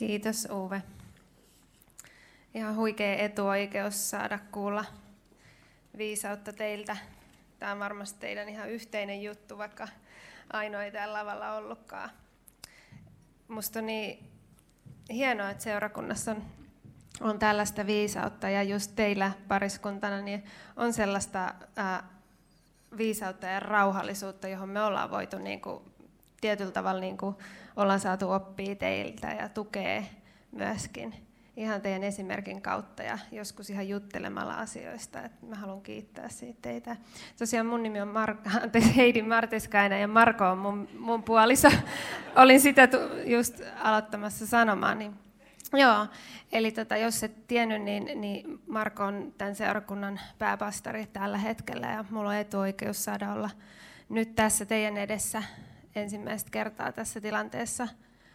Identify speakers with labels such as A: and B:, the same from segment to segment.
A: Kiitos Uwe. Ihan huikea etuoikeus saada kuulla viisautta teiltä. Tämä on varmasti teidän ihan yhteinen juttu, vaikka Aino ei täällä lavalla ollutkaan. Musta on niin hienoa, että seurakunnassa on tällaista viisautta ja just teillä pariskuntana niin on sellaista viisautta ja rauhallisuutta, johon me ollaan voitu tietyllä tavalla ollaan saatu oppia teiltä ja tukea myöskin ihan teidän esimerkin kautta ja joskus ihan juttelemalla asioista. Mä haluan kiittää siitä teitä. Tosiaan mun nimi on Heidi Martiskainen ja Marko on mun puoliso. Olin sitä just aloittamassa sanomaan. Niin. Joo, eli jos et tiennyt, niin Marko on tämän seurakunnan pääpastori tällä hetkellä ja mulla on etuoikeus saada olla nyt tässä teidän edessä ensimmäistä kertaa tässä tilanteessa.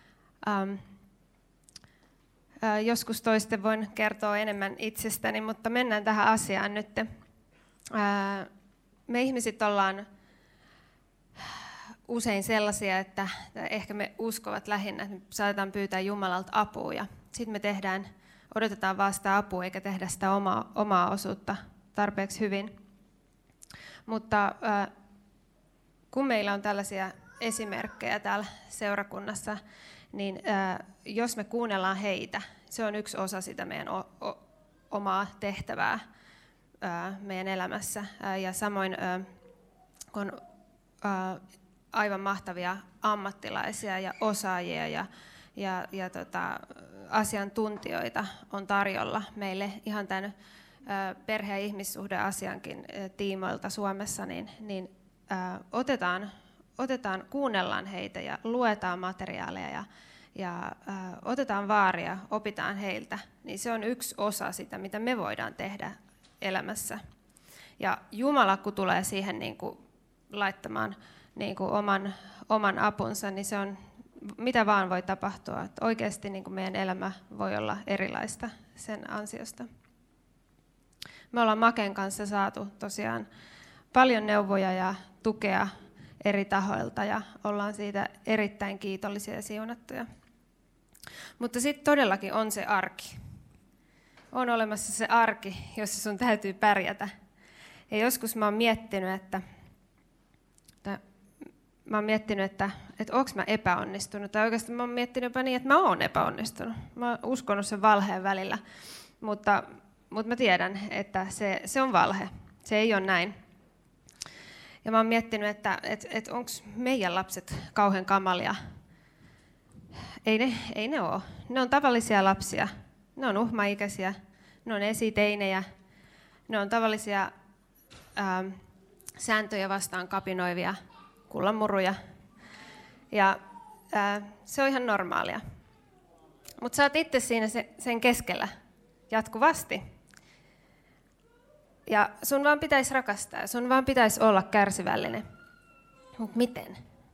A: Joskus toisten voin kertoa enemmän itsestäni, mutta mennään tähän asiaan nyt. Me ihmiset ollaan usein sellaisia, että ehkä me uskovat lähinnä, että me saatetaan pyytää Jumalalta apua ja sitten me odotetaan vaan sitä apua eikä tehdä sitä omaa osuutta tarpeeksi hyvin. Mutta kun meillä on tällaisia esimerkkejä täällä seurakunnassa, niin jos me kuunnellaan heitä, se on yksi osa sitä meidän omaa tehtävää meidän elämässä. Ja samoin kun aivan mahtavia ammattilaisia ja osaajia ja asiantuntijoita on tarjolla meille ihan tämän perhe- ja ihmissuhdeasiankin tiimoilta Suomessa, niin kuunnellaan heitä ja luetaan materiaaleja ja otetaan vaaria, opitaan heiltä, niin se on yksi osa sitä, mitä me voidaan tehdä elämässä. Ja Jumala, kun tulee siihen laittamaan oman apunsa, niin se on mitä vaan voi tapahtua. Että oikeasti meidän elämä voi olla erilaista sen ansiosta. Me ollaan Maken kanssa saatu tosiaan paljon neuvoja ja tukea eri tahoilta ja ollaan siitä erittäin kiitollisia ja siunattuja. Mutta sitten todellakin on se arki. On olemassa se arki, jossa sun täytyy pärjätä. Ja joskus mä oon miettinyt, että onko mä epäonnistunut. Tai oikeastaan mä oon miettinyt jopa niin, että mä oon epäonnistunut. Mä oon uskonut sen valheen välillä. Mutta mä tiedän, että se on valhe. Se ei ole näin. Ja mä oon miettinyt, että onko meidän lapset kauhean kamalia. Ei ne ole. Ne on tavallisia lapsia. Ne on uhmaikäisiä. Ne on esiteinejä. Ne on tavallisia sääntöjä vastaan kapinoivia kullanmuruja. Ja se on ihan normaalia. Mutta sä oot itse siinä sen keskellä jatkuvasti. Ja sun vaan pitäisi rakastaa, sun vaan pitäisi olla kärsivällinen. Mutta miten?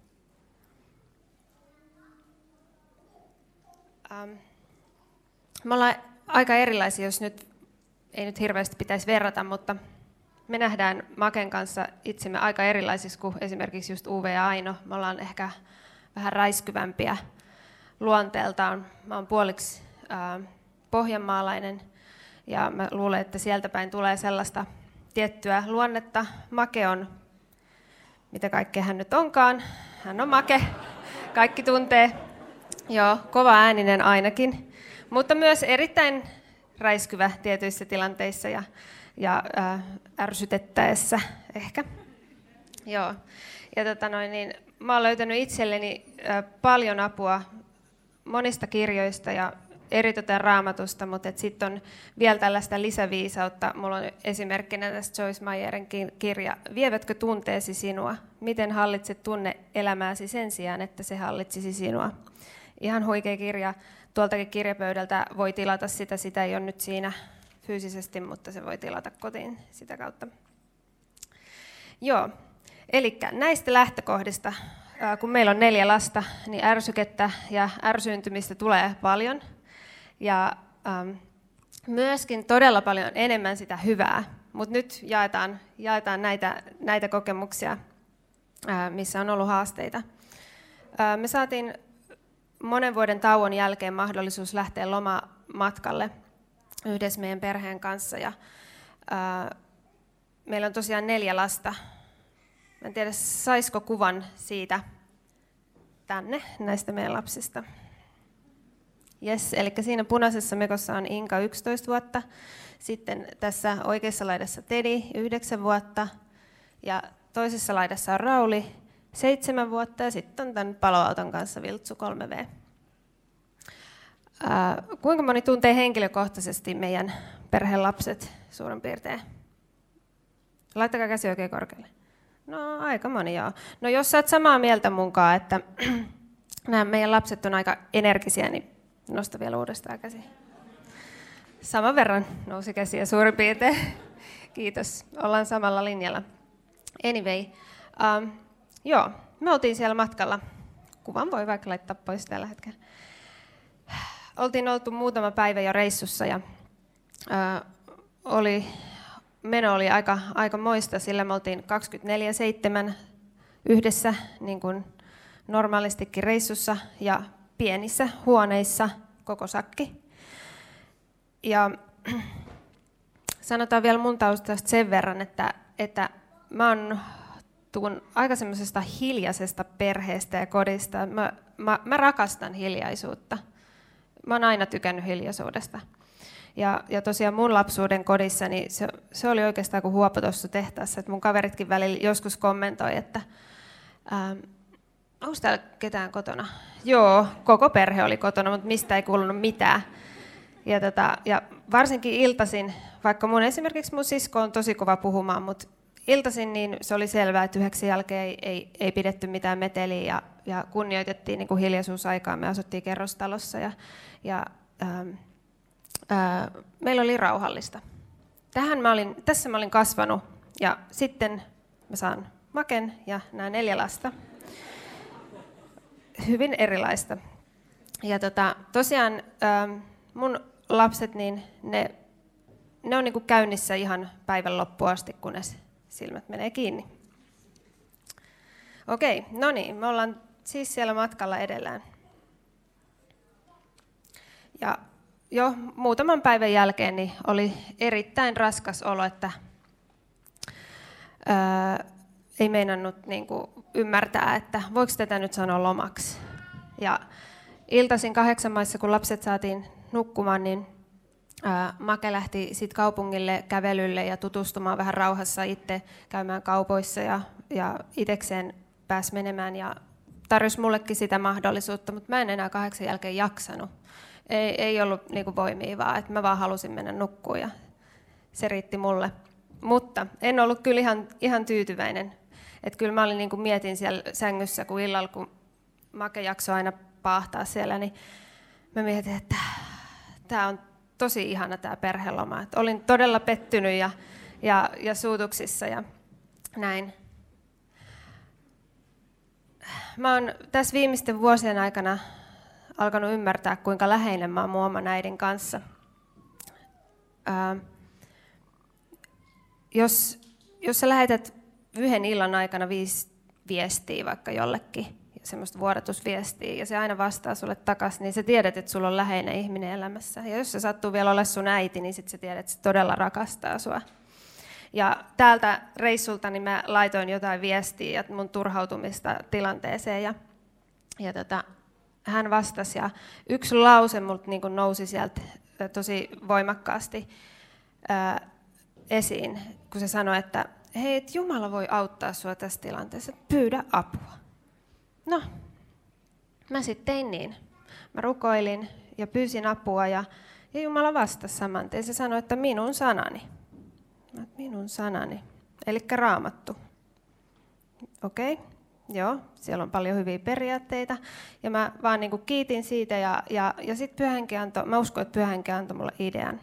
A: Me ollaan aika erilaisia, jos ei nyt hirveästi pitäisi verrata, mutta me nähdään Maken kanssa itsemme aika erilaisiksi kuin esimerkiksi just Uwe ja Aino. Me ollaan ehkä vähän räiskyvämpiä luonteeltaan. Mä oon puoliksi pohjanmaalainen. Ja mä luulen, että sieltä päin tulee sellaista tiettyä luonnetta. Make on, mitä kaikkea hän nyt onkaan. Hän on Make. Kaikki tuntee. Joo, kova ääninen ainakin. Mutta myös erittäin räiskyvä tietyissä tilanteissa ja ärsytettäessä ehkä. Joo. Ja mä oon löytänyt itselleni paljon apua monista kirjoista ja eritoten Raamatusta, mutta sitten on vielä tällaista lisäviisautta. Mulla on esimerkkinä tästä Joyce Meyerin kirja Vievätkö tunteesi sinua? Miten hallitset tunne-elämääsi sen sijaan, että se hallitsisi sinua? Ihan huikea kirja. Tuoltakin kirjapöydältä voi tilata sitä ei ole nyt siinä fyysisesti, mutta se voi tilata kotiin sitä kautta. Joo, eli näistä lähtökohdista, kun meillä on 4 lasta, niin ärsykettä ja ärsyyntymistä tulee paljon. Ja myöskin todella paljon enemmän sitä hyvää, mutta nyt jaetaan näitä kokemuksia, missä on ollut haasteita. Me saatiin monen vuoden tauon jälkeen mahdollisuus lähteä lomamatkalle yhdessä meidän perheen kanssa. Ja, meillä on tosiaan 4 lasta. Mä en tiedä, saisiko kuvan siitä tänne näistä meidän lapsista. Yes, eli siinä punaisessa mekossa on Inka 11 vuotta. Sitten tässä oikeassa laidassa Tedi 9 vuotta. Ja toisessa laidassa on Rauli 7 vuotta ja sitten on tämän paloauton kanssa Viltsu 3V. Kuinka moni tuntee henkilökohtaisesti meidän perheen lapset suurin piirtein? Laittakaa käsi oikein korkealle. No aika moni joo. No jos sä oot samaa mieltä munkaan, että nämä meidän lapset on aika energisiä, niin nosta vielä uudestaan käsi. Saman verran nousi käsiä suurin piirtein. Kiitos, ollaan samalla linjalla. Anyway, joo, me oltiin siellä matkalla. Kuvan voi vaikka laittaa pois tällä hetkellä. Oltiin oltu muutama päivä jo reissussa ja meno oli aika moista, sillä me oltiin 24/7 yhdessä, niin kuin normaalistikin reissussa, ja pienissä huoneissa koko sakki. Ja sanotaan vielä mun taustasta sen verran, että mä tuun aika semmoisesta hiljaisesta perheestä ja kodista. Mä rakastan hiljaisuutta. Mä oon aina tykännyt hiljaisuudesta. Ja tosiaan mun lapsuuden kodissa, niin se oli oikeastaan kuin huopa tuossa tehtaassa. Että mun kaveritkin välillä joskus kommentoi, että onko täällä ketään kotona? Joo, koko perhe oli kotona, mutta mistä ei kuulunut mitään. Ja varsinkin iltaisin, vaikka esimerkiksi mun sisko on tosi kova puhumaan, mutta iltaisin niin se oli selvää, että 9 jälkeen ei pidetty mitään meteliä ja kunnioitettiin niin kuin hiljaisuusaikaa. Me asuttiin kerrostalossa ja meillä oli rauhallista. Tässä mä olin kasvanut ja sitten mä saan Maken ja nämä 4 lasta. Hyvin erilaista. Ja tosiaan mun lapset, niin ne on niin kuin käynnissä ihan päivän loppuun asti, kunnes silmät menee kiinni. Okei, no niin, me ollaan siis siellä matkalla edellään. Ja jo muutaman päivän jälkeen niin oli erittäin raskas olo, että ei meinannut niin kuin ymmärtää, että voiko tätä nyt sanoa lomaksi. Ja iltaisin 8 maissa, kun lapset saatiin nukkumaan, niin Make lähti sitten kaupungille kävelylle ja tutustumaan vähän rauhassa itse, käymään kaupoissa ja itsekseen pääsi menemään ja tarjosi mullekin sitä mahdollisuutta, mutta mä en enää 8 jälkeen jaksanut. Ei ollut niinku voimia vaan, että mä vaan halusin mennä nukkuun ja se riitti mulle. Mutta en ollut kyllä ihan tyytyväinen. Että kyllä mä olin niinku mietin siellä sängyssä, kun illalla, kun Make jaksoi aina paahtaa siellä, niin mä mietin, että tää on tosi ihana tää perheloma. Et olin todella pettynyt ja suutuksissa ja näin. Mä oon tässä viimeisten vuosien aikana alkanut ymmärtää, kuinka läheinen mä oon mun oman äidin kanssa. Jos sä lähetät yhden illan aikana 5 viestiä vaikka jollekin, semmoista vuodatusviestiä, ja se aina vastaa sulle takaisin, niin sä tiedät, että sulla on läheinen ihminen elämässä. Ja jos se sattuu vielä olla sun äiti, niin sit sä tiedät, että se todella rakastaa sua. Ja täältä reissulta niin mä laitoin jotain viestiä ja mun turhautumista tilanteeseen, ja hän vastasi, ja yksi lause multa niin kuin nousi sieltä tosi voimakkaasti esiin, kun se sanoi, että hei, et Jumala voi auttaa sua tässä tilanteessa, pyydä apua. No, mä sitten tein niin. Mä rukoilin ja pyysin apua ja Jumala vastasi saman tien. Se sanoi, että minun sanani. Minun sanani, eli Raamattu. Okei, joo, siellä on paljon hyviä periaatteita. Ja mä vaan niin kuin kiitin siitä ja sitten Pyhä Henki mä uskon, että Pyhä Henki antoi mulle idean.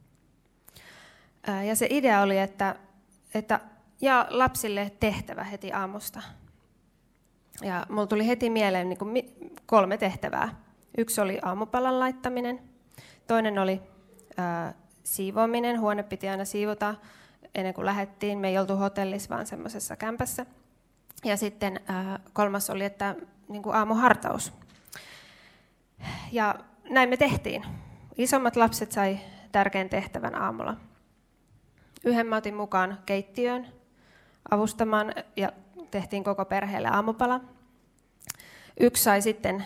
A: Ja se idea oli, että ja lapsille tehtävä heti aamusta. Ja mulla tuli heti mieleen niin kuin 3 tehtävää. Yksi oli aamupalan laittaminen, toinen oli siivoaminen. Huone piti aina siivota ennen kuin lähdettiin. Me ei oltu hotellissa, vaan semmoisessa kämpässä. Ja sitten 3. oli, että niin kuin aamuhartaus. Ja näin me tehtiin. Isommat lapset sai tärkeän tehtävän aamulla. Yhden mä otin mukaan keittiöön avustamaan ja tehtiin koko perheelle aamupala. Yksi sai sitten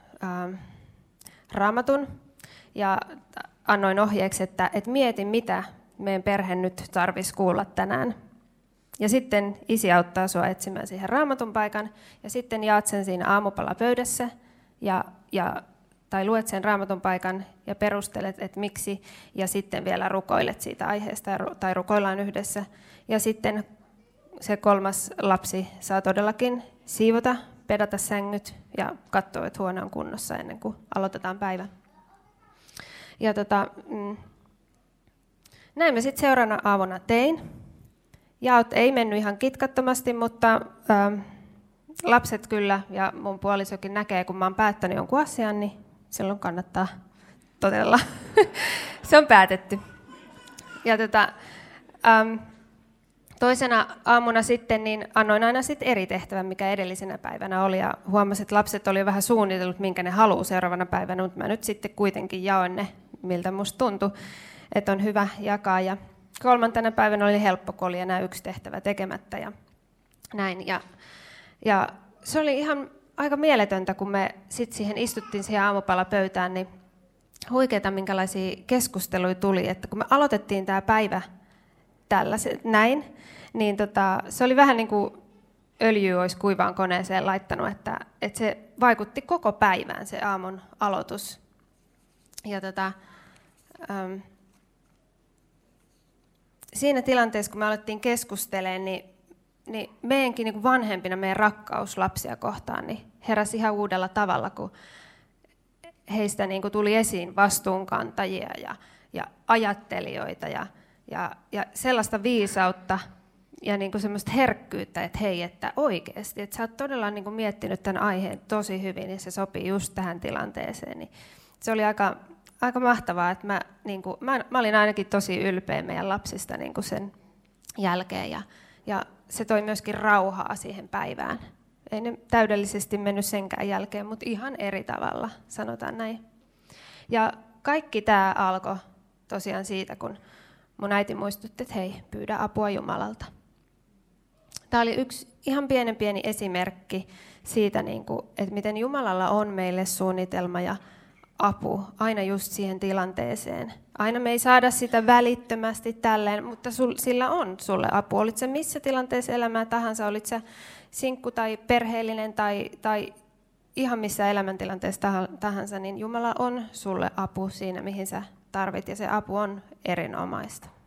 A: raamatun ja annoin ohjeeksi, että mieti mitä meidän perhe nyt tarvitsisi kuulla tänään. Ja sitten isi auttaa sua etsimään siihen raamatun paikan ja sitten jaat sen siinä aamupalapöydässä tai luet sen raamatun paikan ja perustelet, että miksi, ja sitten vielä rukoilet siitä aiheesta tai rukoillaan yhdessä. Ja sitten se kolmas lapsi saa todellakin siivota, pedata sängyt ja katsoa, että huone on kunnossa ennen kuin aloitetaan päivä. Ja näin me sitten seuraavana aamuna tein. Jaot ei mennyt ihan kitkattomasti, mutta lapset kyllä ja mun puolisokin näkee, kun mä oon päättänyt jonkun asian, niin silloin kannattaa totella. Se on päätetty. Ja toisena aamuna sitten niin annoin aina sitten eri tehtävän, mikä edellisenä päivänä oli. Ja huomasin, että lapset oli jo vähän suunnitellut, minkä ne haluaa seuraavana päivänä, mutta mä nyt sitten kuitenkin jaoin ne, miltä musta tuntui, että on hyvä jakaa. Ja kolmantena päivänä oli helppo, kun oli enää yksi tehtävä tekemättä ja näin. Ja se oli ihan aika mieletöntä, kun me sitten siihen istuttiin siihen aamupalapöytään, niin huikeeta minkälaisia keskusteluja tuli, että kun me aloitettiin tämä päivä näin, niin se oli vähän niin kuin öljyä olisi kuivaan koneeseen laittanut, että se vaikutti koko päivään se aamun aloitus. Ja siinä tilanteessa, kun me alettiin keskustelemaan, niin meidänkin niin kuin vanhempina meidän rakkaus lapsia kohtaan niin heräsi ihan uudella tavalla, kun heistä niin kuin tuli esiin vastuunkantajia ja ajattelijoita ja sellaista viisautta ja niin kuin semmoista herkkyyttä, että hei, että oikeasti, että sä oot todella niin kuin miettinyt tämän aiheen tosi hyvin ja se sopii just tähän tilanteeseen. Niin se oli aika mahtavaa, että mä olin ainakin tosi ylpeä meidän lapsista niin kuin sen jälkeen ja se toi myöskin rauhaa siihen päivään. Ei ne täydellisesti mennyt senkään jälkeen, mutta ihan eri tavalla, sanotaan näin. Ja kaikki tämä alkoi tosiaan siitä, kun mun äiti muistutti, että hei, pyydä apua Jumalalta. Tämä oli yksi ihan pieni esimerkki siitä, että miten Jumalalla on meille suunnitelma ja apu aina just siihen tilanteeseen. Aina me ei saada sitä välittömästi tälleen, mutta sillä on sulle apu. Olit sä missä tilanteessa elämää tahansa, olit sä sinkku tai perheellinen tai ihan missä elämäntilanteessa tahansa, niin Jumala on sulle apu siinä, mihin sä tarvit, ja se apu on erinomaista.